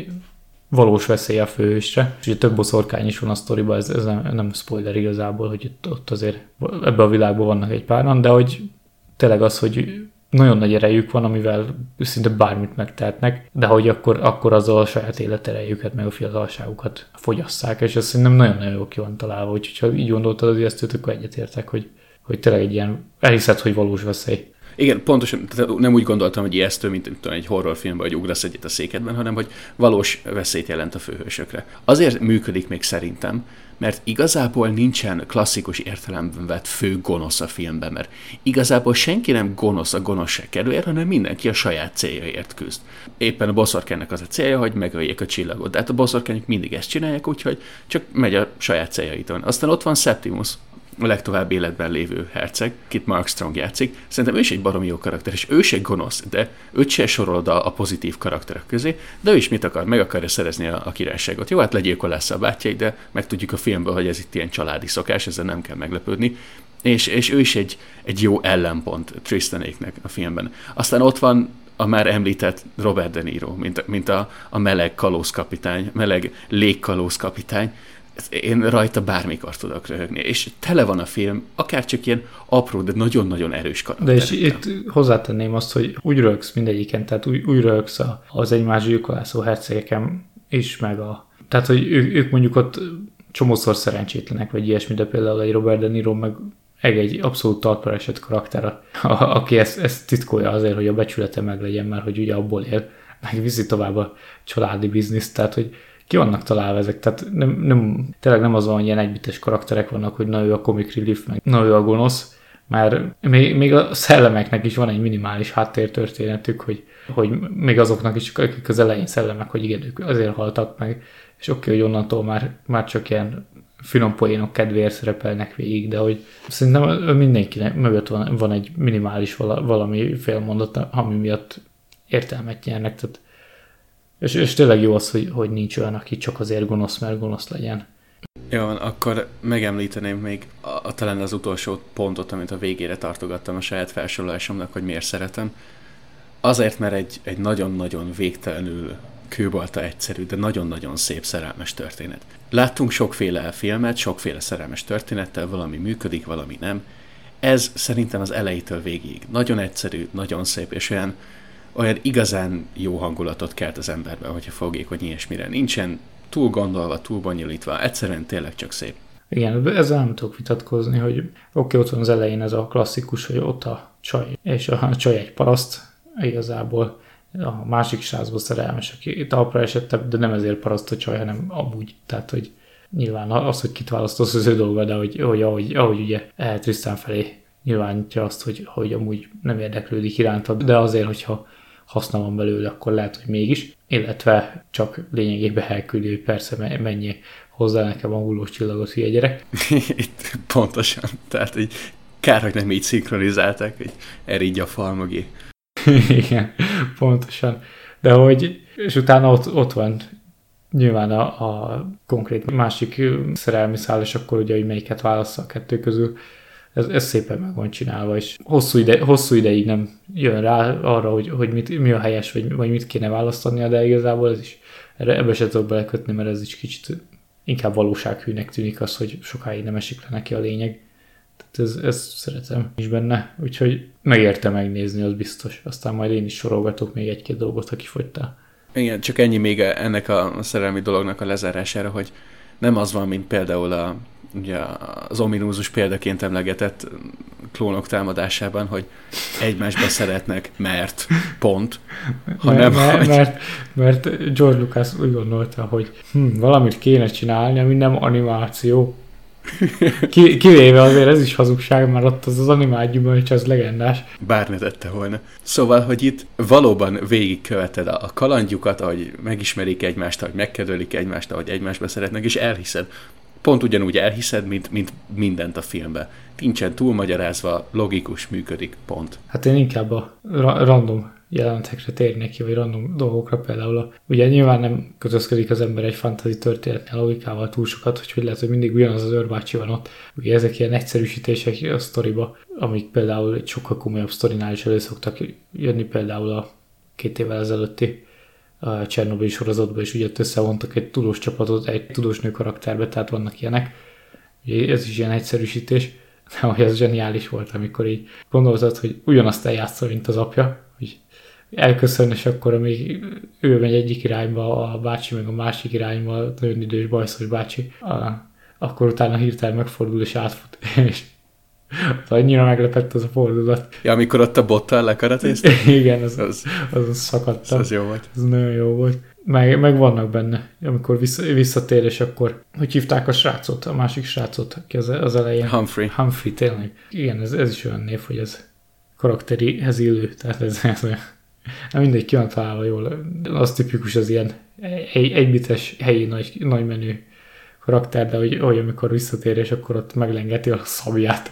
valós veszély a főhősre. És ugye több boszorkány is van a sztoriban, ez nem spoiler igazából, hogy ott azért ebben a világban vannak egy páran, de hogy tényleg az, hogy nagyon nagy erejük van, amivel szinte bármit megtehetnek, de hogy akkor azzal a saját életerejüket, meg a fiatalságukat fogyasszák, és ez szerintem nagyon-nagyon jó ki van találva, úgyhogy ha így gondoltad az ijesztőt, akkor egyetértek, hogy tényleg egy ilyen, elhiszed, hogy valós veszély. Igen, pontosan, tehát nem úgy gondoltam, hogy ijesztő, mint tudom, egy horrorfilmben, hogy ugrasz egyet a székedben, hanem hogy valós veszélyt jelent a főhősökre. Azért működik még szerintem, mert igazából nincsen klasszikus értelemben vett fő gonosz a filmben, mert igazából senki nem gonosz a gonoszság kedvéért, hanem mindenki a saját céljaért küzd. Éppen a boszorkánynak az a célja, hogy megöljék a csillagot, de hát a boszorkányok mindig ezt csinálják, úgyhogy csak megy a saját céljaiton. Aztán ott van Septimus, a legtovább életben lévő herceg, Kit Mark Strong játszik. Szerintem ő is egy baromi jó karakter, és ő is egy gonosz, de őt se sorolod a pozitív karakterek közé, de ő is mit akar? Meg akarja szerezni a királyságot. Jó, hát legyilkolás a bátyjai, de megtudjuk a filmből, hogy ez itt ilyen családi szokás, ezzel nem kell meglepődni. És ő is egy jó ellenpont Tristanéknek a filmben. Aztán ott van a már említett Robert De Niro, mint a meleg kalózkapitány, meleg légkalózkapitány. Én rajta bármikor tudok röhögni. És tele van a film, akár csak ilyen apró, de nagyon-nagyon erős karakterekkel. De és itt hozzátenném azt, hogy úgy röhögsz mindegyiken, tehát úgy röhögsz az egymás gyilkolászó hercegeken is, meg tehát, hogy ők mondjuk ott csomószor szerencsétlenek, vagy ilyesmi, de például egy Robert De Niro meg egy abszolút talpra esett karakter, aki ezt titkolja azért, hogy a becsülete meglegyen, mert hogy ugye abból él, meg viszi tovább a családi bizniszt, tehát hogy ki vannak találva ezek, tehát tényleg nem az van, hogy ilyen egybites karakterek vannak, hogy na ő a comic relief, meg na ő a gonosz, mert még a szellemeknek is van egy minimális háttértörténetük, hogy még azoknak is, akik az elején szellemek, hogy igen, ők azért haltak meg, és oké, hogy onnantól már csak ilyen finom poénok kedvéért szerepelnek végig, de hogy szerintem mindenkinek mögött van egy minimális valami félmondat, ami miatt értelmet nyernek, tehát és tényleg jó az, hogy nincs olyan, aki csak azért gonosz, mert gonosz legyen. Jó, akkor megemlíteném még talán az utolsó pontot, amit a végére tartogattam a saját felsorolásomnak, hogy miért szeretem. Azért, mert egy nagyon-nagyon végtelenül kőbalta egyszerű, de nagyon-nagyon szép szerelmes történet. Láttunk sokféle filmet, sokféle szerelmes történettel, valami működik, valami nem. Ez szerintem az elejétől végig nagyon egyszerű, nagyon szép, és olyan igazán jó hangulatot kelt az emberben, hogyha fogékony ilyesmire. Nincsen túl gondolva, túl bonyolítva, egyszerűen tényleg csak szép. Igen, ezzel nem tudok vitatkozni, hogy oké, ott van az elején ez a klasszikus, hogy ott a csaj, és a csaj egy paraszt, igazából a másik srácból szerelmes, aki talpra esettebb, de nem ezért paraszt a csaj, hanem amúgy, tehát, hogy nyilván az, hogy kit választasz, az ő dolga, de hogy ahogy ugye Tristan felé nyilvánítja azt, hogy amúgy nem érdeklődik irántad, de azért, hogyha haszna van belőle, akkor lehet, hogy mégis, illetve csak lényegében elküldi, hogy persze menjél hozzá nekem a hullós csillagot, hülye gyerek. Itt pontosan, tehát hogy kár, hogy nem így szinkronizálták, hogy erígy a fal mögé. Igen, pontosan. De hogy, és utána ott van nyilván a konkrét másik szerelmi szál, és akkor ugye, hogy melyiket válassza a kettő közül. Ez szépen meg van csinálva, és hosszú ideig nem jön rá arra, hogy mi a helyes, vagy mit kéne választania, de igazából ez is, ebbe se tudok belekötni, mert ez is kicsit inkább valósághűnek tűnik az, hogy sokáig nem esik le neki a lényeg. Tehát ezt szeretem is benne, úgyhogy megérte megnézni, az biztos. Aztán majd én is sorolgatok még egy-két dolgot, ha kifogytál. Igen, csak ennyi még ennek a szerelmi dolognak a lezárására, hogy nem az van, mint például ugye az ominózus példaként emlegetett klónok támadásában, hogy egymásba szeretnek, mert pont, hanem mert George Lucas úgy gondolta, hogy valamit kéne csinálni, ami nem animáció. Kivéve azért ez is hazugság, mert ott az animált gyümölcs, az legendás. Bár ne tette volna. Szóval, hogy itt valóban végigköveted a kalandjukat, ahogy megismerik egymást, ahogy megkedvelik egymást, ahogy egymásba szeretnek, és elhiszed. Pont ugyanúgy elhiszed, mint mindent a filmben. Nincsen túlmagyarázva, logikus, működik, pont. Hát én inkább a random jelenetekre térnék ki, vagy random dolgokra például. Ugye nyilván nem kötözködik az ember egy fantasy történetnél logikával túl sokat, hogy lehet, hogy mindig ugyanaz az őrbácsi van ott. Ugye ezek ilyen egyszerűsítések a sztoriba, amik például egy sokkal komolyabb sztorinál is elő szoktak jönni, például a 2 évvel ezelőtti a Csernobyl sorozatban is ugye összevontak egy tudós csapatot egy tudós nő karakterbe, tehát vannak ilyenek. Ugye ez is ilyen egyszerűsítés, de hogy ez zseniális volt, amikor így gondoltad, hogy ugyanazt eljátszol, mint az apja, hogy elköszön, és akkor amíg ő megy egyik irányba, a bácsi meg a másik irányba, a nagyon idős bajszos bácsi, akkor utána hirtelen megfordul és átfut, és Annyira meglepett az a fordulat. Ja, amikor ott a bottal lekaratéztak? Igen, az szakadtam. Az jó volt. Ez nagyon jó volt. Meg vannak benne, amikor visszatér, és akkor, hogy hívták a srácot, a másik srácot, aki az elején. Humphrey, tényleg. Igen, ez is olyan név, hogy ez karakterihez illő, tehát ez olyan. Nem mindegy, ki van találva jól. Az tipikus az ilyen egybites, helyi nagy menő karakter, de hogy amikor visszatér, és akkor ott meglengeti a szabját.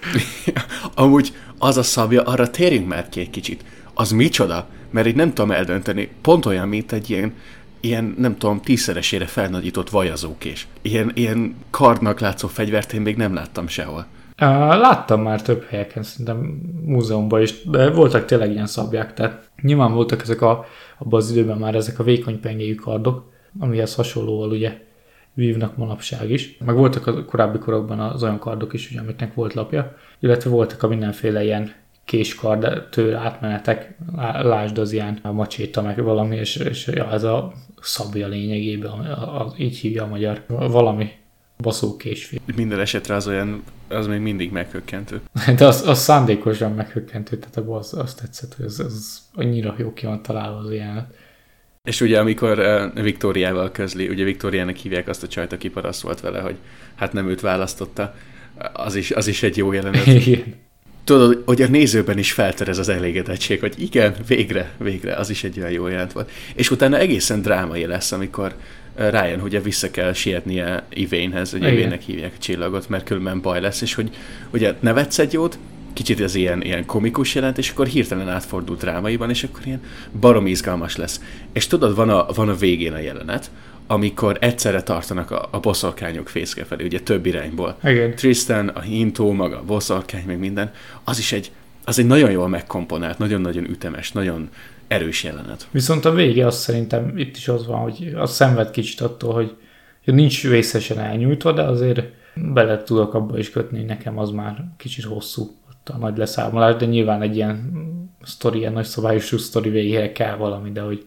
Amúgy az a szabja, arra térjünk már ki egy kicsit. Az micsoda? Mert így nem tudom eldönteni. Pont olyan, mint egy ilyen nem tudom, 10-szeresére felnagyított vajazókés. Ilyen kardnak látszó fegyvert én még nem láttam sehol. Láttam már több helyeken, szerintem múzeumban is, de voltak tényleg ilyen szabják, tehát nyilván voltak ezek abban az időben már ezek a vékony pengéjű kardok, amihez hasonlóval ugye vívnak manapság is. Meg voltak a korábbi korokban az olyan kardok is, ugye, amiknek volt lapja, illetve voltak a mindenféle ilyen késkard, tőle átmenetek, lásd az ilyen macséta, meg valami, és ja, ez a szabja lényegében, így hívja a magyar, valami baszókésfél. Minden esetre az még mindig meghökkentő. De az szándékosan meghökkentő, tehát abban az tetszett, hogy az annyira jó ki van találva az jelenet. És ugye amikor Viktóriával közli, ugye Viktóriának hívják azt a csajt, aki paraszt volt vele, hogy hát nem őt választotta, az is egy jó jelenet. Igen. Tudod, hogy a nézőben is felterez az elégedettség, hogy igen, végre, az is egy olyan jó jelent volt. És utána egészen drámai lesz, amikor Ryan ugye vissza kell sietnie Yvainhez, ugye Yvainnek hívják a csillagot, mert különben baj lesz, és hogy ugye nevetsz egy jót, kicsit ez ilyen komikus jelent, és akkor hirtelen átfordul drámaiban, és akkor ilyen baromi izgalmas lesz. És tudod, van a végén a jelenet, amikor egyszerre tartanak a boszorkányok fészke felé, ugye több irányból. Igen. Tristan, a hintó, maga a boszorkány, meg minden, az egy nagyon jól megkomponált, nagyon-nagyon ütemes, nagyon erős jelenet. Viszont a vége az szerintem itt is az van, hogy az szenved kicsit attól, hogy nincs vészesen elnyújtva, de azért bele tudok abba is kötni, hogy nekem az már kicsit hosszú ott a nagy leszámolás, de nyilván egy ilyen sztori, ilyen nagy szabályosú sztori végére kell valami, de hogy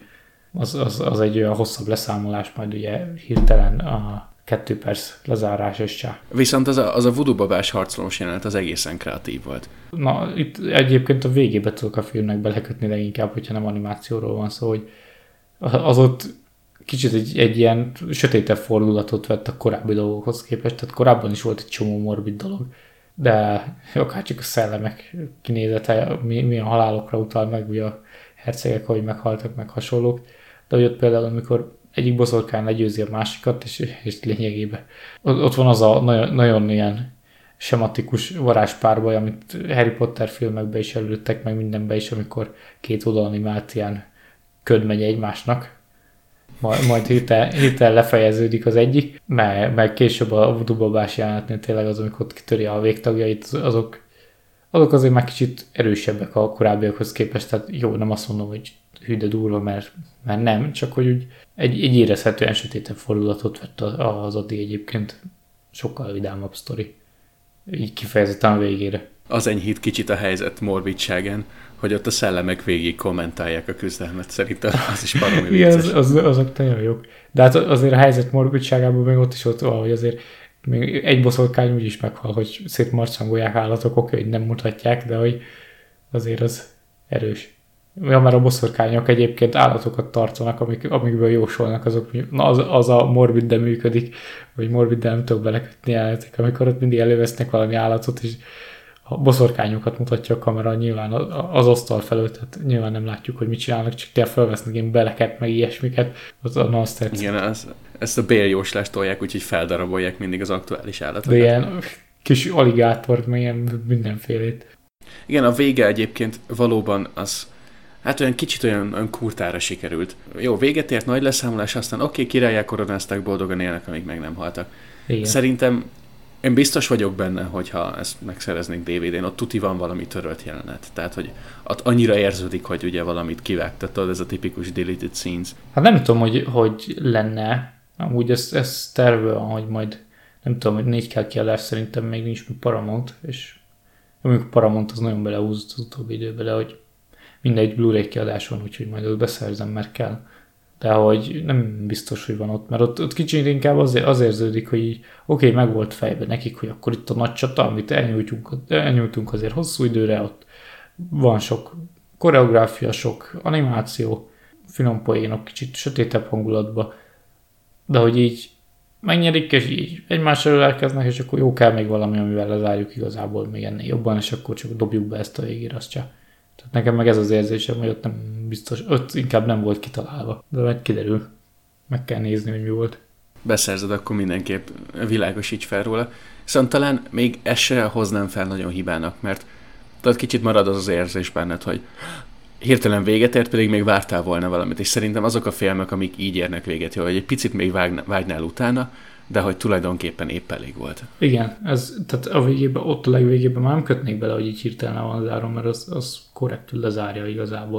az egy olyan hosszabb leszámolás, majd ugye hirtelen a 2 perc lezárás és csá. Viszont az a voodoo babás harcolós jelenet az egészen kreatív volt. Na, itt egyébként a végébe tudok a filmnek belekötni leginkább, hogyha nem animációról van szó, hogy az ott kicsit egy ilyen sötétebb fordulatot vett a korábbi dolgokhoz képest, tehát korábban is volt egy csomó morbid dolog, de akárcsak a szellemek kinézete, milyen halálokra utal meg, ugye a hercegek, hogy meghaltak, meg hasonlók, de hogy ott például, amikor egyik boszorkány legyőzi a másikat, és lényegében ott van az a nagyon ilyen sematikus varázspárbaj, amit Harry Potter filmekben is előttek, meg mindenben is, amikor 2 oldalanimált ilyen köd megy egymásnak, majd hirtelen lefejeződik az egyik, meg később a voodoo babás jelenetnél tényleg az, amikor ott kitöri a végtagjait, azok azért már kicsit erősebbek a korábbiakhoz képest, tehát jó, nem azt mondom, hogy hű de durva, mert nem, csak hogy úgy egy érezhetően sötétebb fordulatot vett az addig egyébként sokkal vidámabb sztori. Így kifejezetten a végére. Az enyhít kicsit a helyzet morbidságán, hogy ott a szellemek végig kommentálják a küzdelmet. Szerintem az is baromi vicces. Igen, azok nagyon jók. De hát azért a helyzet morbidságában még ott is ott van, hogy azért még egy boszorkány úgy is meghal, hogy szétmarcangolják állatok, oké, hogy nem mutatják, de hogy azért az erős. Ja, mert a boszorkányok egyébként állatokat tartanak, amikből jósolnak, azok, az a morbid, de működik, vagy morbid, de nem tudok belekötni jelenetek, amikor ott mindig elővesznek valami állatot, és a boszorkányokat mutatja a kamera nyilván az asztal felől, tehát nyilván nem látjuk, hogy mit csinálnak, csak tényleg felvesznek ilyen beleket, meg ilyesmiket, azt tetsz. Igen, ezt a béljóslást tolják, úgyhogy feldarabolják mindig az aktuális állatokat. De ilyen kis aligátort, meg ilyen mindenfélét. Igen, a vége egyébként valóban az, hát olyan kicsit olyan kurtára sikerült. Jó, véget ért, nagy leszámolás, aztán oké, királlyá koronázták, boldogan élnek, amíg meg nem haltak. Igen. Szerintem én biztos vagyok benne, hogyha ezt megszereznénk DVD-n, ott tuti van valami törölt jelenet. Tehát, hogy ott annyira érződik, hogy ugye valamit kivágtatod, ez a tipikus deleted scenes. Hát nem tudom, hogy lenne, amúgy ez terve van, hogy majd nem tudom, hogy 4K kiadás szerintem még nincs még Paramount, és amikor Paramount az nagyon belehúzott az utóbbi időben, de hogy mindegy Blu-ray kiadás van, úgyhogy majd ott beszerzem, mert kell. de hogy nem biztos, hogy van ott, mert ott kicsit inkább az érződik, hogy így oké, meg volt fejben nekik, hogy akkor itt a nagy csata, amit elnyújtunk azért hosszú időre, ott van sok koreográfia, sok animáció, finom poénok, kicsit sötétebb hangulatba, de hogy így megnyerik, és így egymásra elkeznek, és akkor jó, kell még valami, amivel lezárjuk igazából még ennél jobban, és akkor csak dobjuk be ezt a végére, azt csak. Tehát nekem meg ez az érzésem, hogy ott nem biztos, ott inkább nem volt kitalálva, de majd kiderül. Meg kell nézni, hogy mi volt. Beszerzed, akkor mindenképp világosíts fel róla. Viszont talán még ezt se hoznám fel nagyon hibának, mert tudod, kicsit marad az érzés benned, hogy hirtelen véget ért, pedig még vártál volna valamit, és szerintem azok a filmek, amik így érnek véget, jó, hogy egy picit még vágynál utána, de hogy tulajdonképpen épp elég volt. Igen, tehát ott a legvégében már nem kötnék bele, hogy így hirtelen van az áron, mert az korrektül lezárja igazából,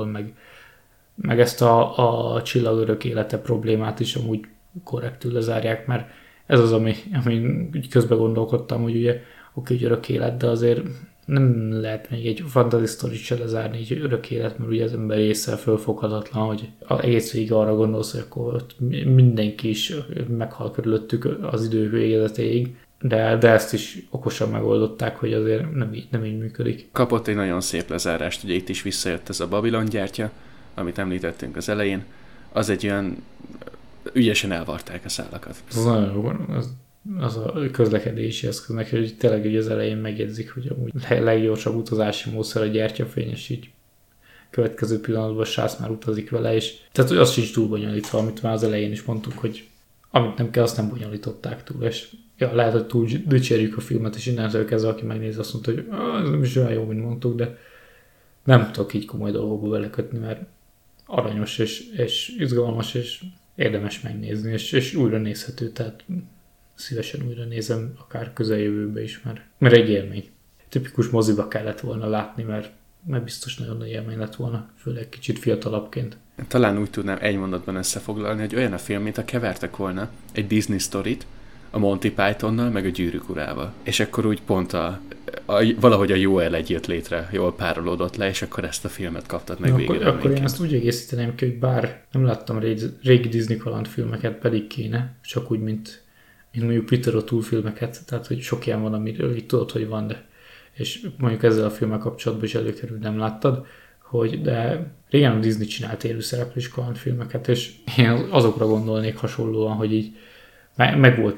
meg ezt a csillag örök élete problémát is amúgy korrektül lezárják, mert ez az, ami közben gondolkodtam, hogy ugye oké, hogy örök élet, de azért nem lehet még egy fantasy sztorit se lezárni, így örök élet, mert ugye az ember észre fölfoghatatlan, hogy egész végig arra gondolsz, hogy akkor ott mindenki is meghal körülöttük az idő végezetéig, de ezt is okosan megoldották, hogy azért nem így működik. Kapott egy nagyon szép lezárást, ugye itt is visszajött ez a Babilon gyertya, amit említettünk az elején, az egy olyan ügyesen elvarták a szálakat. Az nagyon jó, az a közlekedési eszköznek, hogy tényleg így az elején megjegyzik, hogy amúgy leggyorsabb utazási módszer a gyertyafény, és így következő pillanatban sász már utazik vele, és tehát az sincs túl bonyolítva, amit már az elején is mondtuk, hogy amit nem kell, azt nem bonyolították túl, és ja, lehet, hogy túl dicsérjük a filmet, és innentől kezdve, aki megnézi, azt mondta, hogy ez nem is olyan jó, mint mondtuk, de nem tudok így komoly dolgokba belekötni, mert aranyos, és izgalmas, és érdemes megnézni, és újra nézhető, tehát szívesen újra nézem, akár közeljövőbe is, mert egy élmény. Tipikus moziba kellett volna látni, mert biztos nagyon nagy élmény lett volna, főleg kicsit fiatalabbként. Talán úgy tudnám egy mondatban összefoglalni, hogy olyan a film, mint a kevertek volna egy Disney sztorit, a Monty Pythonnal, meg a Gyűrűk urával. És akkor úgy pont valahogy a jó egy jött létre, jól párolódott le, és akkor ezt a filmet kaptad meg végre. Akkor én ezt úgy egészíteném ki, hogy bár nem láttam régi Disney kalandfilmeket, pedig kéne, csak úgy, mint mondjuk Peter O'Toole filmeket, tehát hogy sok ilyen van, amiről így tudod, hogy van, de és mondjuk ezzel a filmmel kapcsolatban is előkerül, nem láttad, de régen a Disney csinált élőszereplős kalandfilmeket, és én azokra gondolnék hasonlóan, hogy így megvolt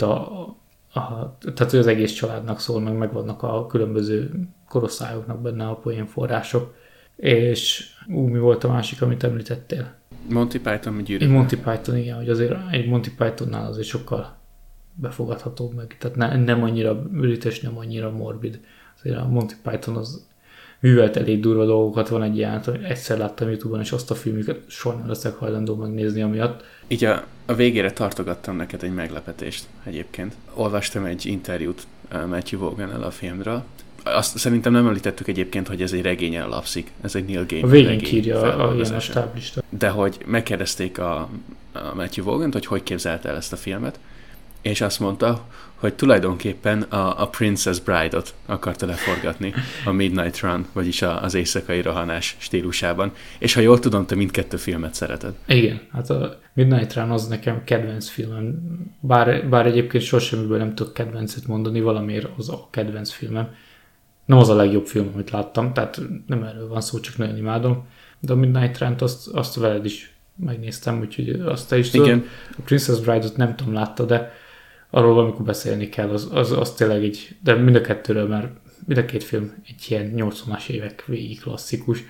tehát hogy az egész családnak szól, megvannak a különböző korosztályoknak benne a poénforrások, és mi volt a másik, amit említettél? Monty Python, mi Gyűrűk? Egy Monty Python, igen, hogy azért egy Monty Pythonnál azért sokkal befogadhatóbb meg, tehát nem annyira ürítés, nem annyira morbid. Azért a Monty Python az művelt elég durva dolgokat, van egy ilyen, hogy egyszer láttam YouTube-on, és azt a filmüket soha nem leszek hajlandó megnézni amiatt. Így a végére tartogattam neked egy meglepetést egyébként. Olvastam egy interjút Matthew Vaughan-el a filmről. Azt szerintem nem említettük egyébként, hogy ez egy regényen alapszik. Ez egy Neil Gaiman regény. A végén írja a stáblista. De hogy megkérdezték a Matthew Vaughan-t, hogy képzelte el ezt a filmet, és azt mondta, hogy tulajdonképpen a Princess Bride-ot akarta leforgatni a Midnight Run, vagyis az éjszakai rohanás stílusában. És ha jól tudom, te mindkettő filmet szereted. Igen, hát a Midnight Run az nekem kedvenc filmem. Bár egyébként sosemmiből nem tudok kedvencet mondani, valamiért az a kedvenc filmem. Nem az a legjobb film, amit láttam, tehát nem erről van szó, csak nagyon imádom. De a Midnight Run-t azt veled is megnéztem, úgyhogy azt te is tudod. Igen. A Princess Bride-ot nem tudom, látta, de arról valamikor beszélni kell, az tényleg egy, de mind a kettőről, mert mind a két film egy ilyen 80-as évek végig klasszikus,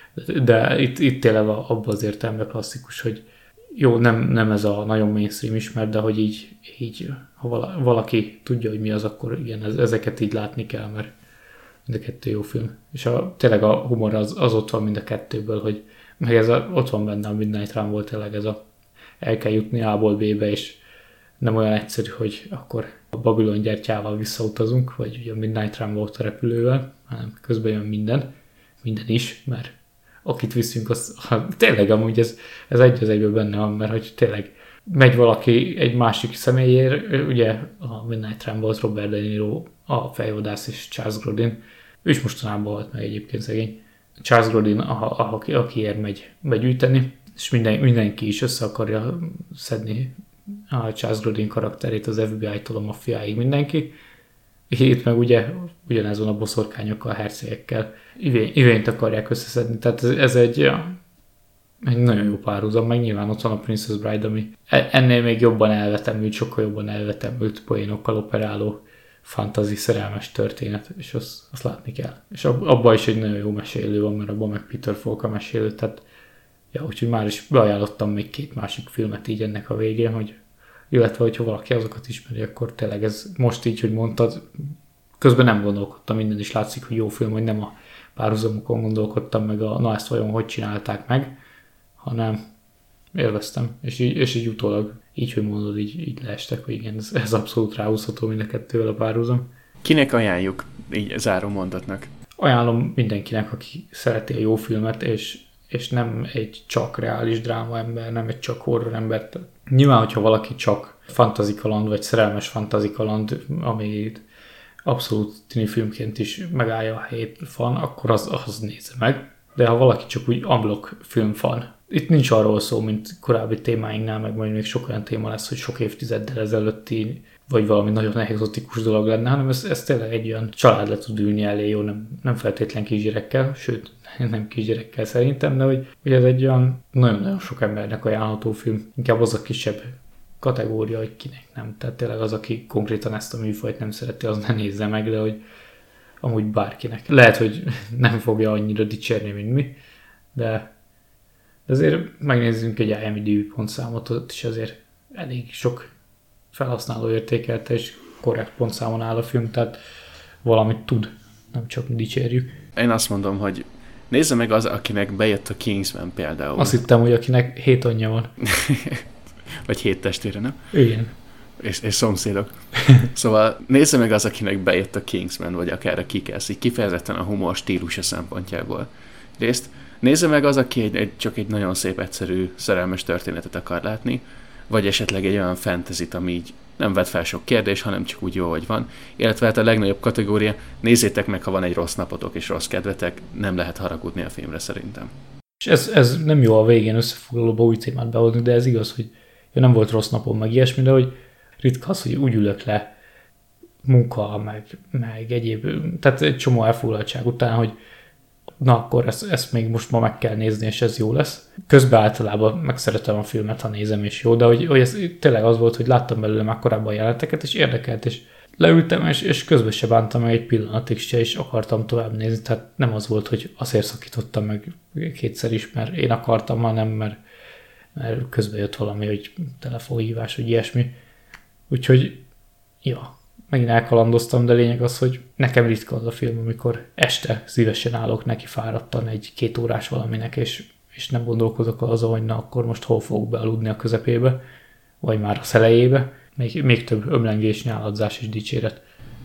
de itt tényleg abban az értelemben klasszikus, hogy jó, nem ez a nagyon mainstream ismert, de hogy így ha valaki tudja, hogy mi az, akkor igen, ezeket így látni kell, mert mind a kettő jó film. És tényleg a humor az ott van mind a kettőből, hogy meg ott van benne a Midnight Run volt tényleg ez el kell jutni A-ból B-be, és nem olyan egyszerű, hogy akkor a Babilon gyertyával visszautazunk, vagy ugye a Midnight Run volt a repülővel, hanem közben jön minden is, mert akit viszünk, tényleg amúgy ez egy az egyből benne van, mert hogy tényleg megy valaki egy másik személyért, ugye a Midnight Run volt Robert De Niro, a fejvadász és Charles Grodin, ő is mostanában halt meg egyébként szegény. Charles Grodin, akiért megy begyűjteni, és mindenki is össze akarja szedni a Charles Grodin karakterét az FBI-tól a maffiáig mindenki. Itt meg ugye ugyanez van a boszorkányokkal, a hercegekkel. Ivényt akarják összeszedni, tehát ez egy nagyon jó párhuzam, meg nyilván ott van a Princess Bride, ami ennél még jobban elvetemült, sokkal jobban elvetemült poénokkal operáló fantasy szerelmes történet, és azt látni kell. És abban is egy nagyon jó mesélő van, mert abban meg Peter Falk a mesélő, tehát úgyhogy már is beajánlottam még 2 másik filmet így ennek a végén, illetve hogyha valaki azokat ismeri, akkor tényleg ez most így, hogy mondtad, közben nem gondolkodtam, minden is látszik, hogy jó film, hogy nem a párhuzamokon gondolkodtam meg na ezt vajon hogy csinálták meg, hanem élveztem, és így utólag, így, hogy mondod, így leestek, hogy igen, ez abszolút ráhúzható mind a kettővel a párhuzam. Kinek ajánljuk így záró mondatnak? Ajánlom mindenkinek, aki szereti a jó filmet, és nem egy csak reális dráma ember, nem egy csak horror ember. Nyilván, hogyha valaki csak fantazikaland, vagy szerelmes fantazikaland, ami abszolút tini filmként is megállja a helyét fan, akkor az nézze meg. De ha valaki csak úgy unblock filmfan, itt nincs arról szó, mint korábbi témáinknál, meg majd még sok olyan téma lesz, hogy sok évtizeddel ezelőtti, vagy valami nagyon egzotikus dolog lenne, hanem ez tényleg egy olyan család le tud ülni elé, jó, nem feltétlen kisgyerekkel, sőt, nem kisgyerekkel szerintem, de hogy ez egy olyan nagyon-nagyon sok embernek ajánlható film, inkább az a kisebb kategória, hogy kinek nem. Tehát tényleg az, aki konkrétan ezt a műfajt nem szereti, az ne nézze meg, de hogy amúgy bárkinek. Lehet, hogy nem fogja annyira dicsérni, mint mi, de azért megnézzünk egy IMDb pontszámot, ott is azért elég sok felhasználó értékelte, és korrekt pontszámon áll a film, tehát valamit tud, nem csak mi dicsérjük. Én azt mondom, hogy nézze meg az, akinek bejött a Kingsman például. Azt hittem, hogy akinek 7 anyja van. Vagy 7 testvére, nem? Igen. És szomszédok. Szóval nézze meg az, akinek bejött a Kingsman, vagy akár a Kick-Ass, így kifejezetten a humor stílusa szempontjából. Részt nézze meg az, aki csak egy nagyon szép, egyszerű, szerelmes történetet akar látni, vagy esetleg egy olyan fantasyt, ami így nem vet fel sok kérdés, hanem csak úgy jó, hogy van. Illetve hát a legnagyobb kategória, nézzétek meg, ha van egy rossz napotok és rossz kedvetek, nem lehet haragudni a filmre szerintem. És ez nem jó a végén összefoglalóba új témát behozni, de ez igaz, hogy nem volt rossz napom, meg ilyesmi, de hogy ritka az, hogy úgy ülök le munka, meg egyéb, tehát egy csomó elfoglaltság után, hogy na akkor ezt még most ma meg kell nézni, és ez jó lesz. Közben általában megszeretem a filmet, ha nézem, és jó, de hogy ez tényleg az volt, hogy láttam belőle már korábban jeleneteket, és érdekelt, és leültem, és közben se bántam meg egy pillanatig se, és akartam tovább nézni, tehát nem az volt, hogy azért szakítottam meg 2-szer is, mert én akartam, hanem mert közben jött valami, hogy telefonhívás, vagy ilyesmi. Úgyhogy, ja, megint elkalandoztam, de lényeg az, hogy nekem ritka az a film, amikor este szívesen állok neki fáradtan egy 2 órás valaminek, és nem gondolkozok azon, hogy na, akkor most hol fogok bealudni a közepébe, vagy már a szelejébe. Még több ömlengés, nyáladzás és dicséret.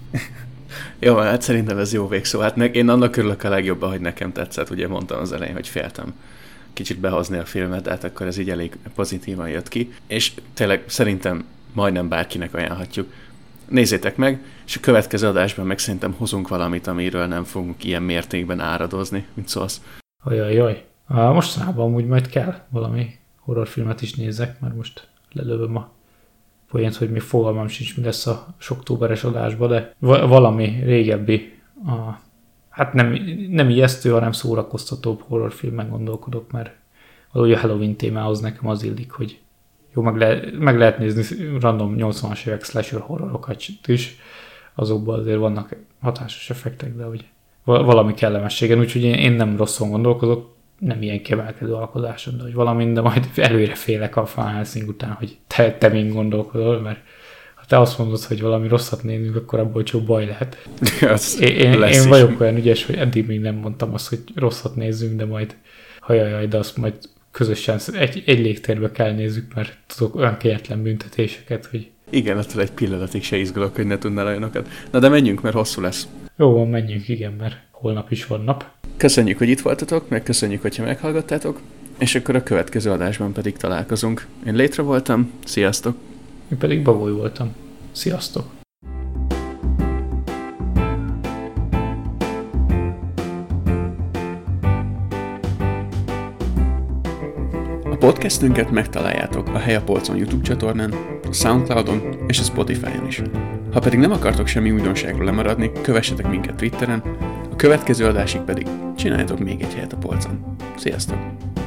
Jó, hát szerintem ez jó végszó. Hát én annak örülök a legjobban, hogy nekem tetszett. Ugye mondtam az elején, hogy féltem kicsit behozni a filmet, de hát akkor ez így elég pozitívan jött ki. És tényleg szerintem majdnem bárkinek ajánlhatjuk. Nézzétek meg, és a következő adásban meg szerintem hozunk valamit, amiről nem fogunk ilyen mértékben áradozni, mint szólsz. Ajajaj. Mostanában amúgy majd kell valami horrorfilmet is nézzek, mert most lelövöm a poént, hogy még fogalmam sincs, mi lesz a októberes adásban, de valami régebbi, hát nem ijesztő, hanem szórakoztatóbb horrorfilmen gondolkodok, mert valahogy a Halloween témához nekem az illik, hogy jó, meg lehet nézni random 80-as évek slasher horrorokat is, azokban azért vannak hatásos effektek, de hogy valami kellemességen, úgyhogy én nem rosszul gondolkozok, nem ilyen kiemelkedő alkotáson, de hogy valamin, de majd előre félek a Van Helsing után, hogy te mind gondolkodol, mert ha te azt mondod, hogy valami rosszat nézünk, akkor abból csak baj lehet. Én vagyok olyan ügyes, hogy eddig még nem mondtam azt, hogy rosszat nézzünk, de majd hajajaj, de azt majd közösen egy légtérbe kell nézzük, mert tudok olyan kegyetlen büntetéseket, hogy... Igen, attól egy pillanatig se izgulok, hogy ne tudnál olyanokat. Na de menjünk, mert hosszú lesz. Jó van, menjünk, igen, mert holnap is van nap. Köszönjük, hogy itt voltatok, meg köszönjük, hogyha meghallgattátok, és akkor a következő adásban pedig találkozunk. Én Létre voltam, sziasztok! Én pedig Bagoly voltam. Sziasztok! A podcastünket megtaláljátok a Hely a Polcon YouTube csatornán, a Soundcloudon és a Spotify-on is. Ha pedig nem akartok semmi újdonságról lemaradni, kövessetek minket Twitteren, a következő adásig pedig csináljatok még egy helyet a polcon. Sziasztok!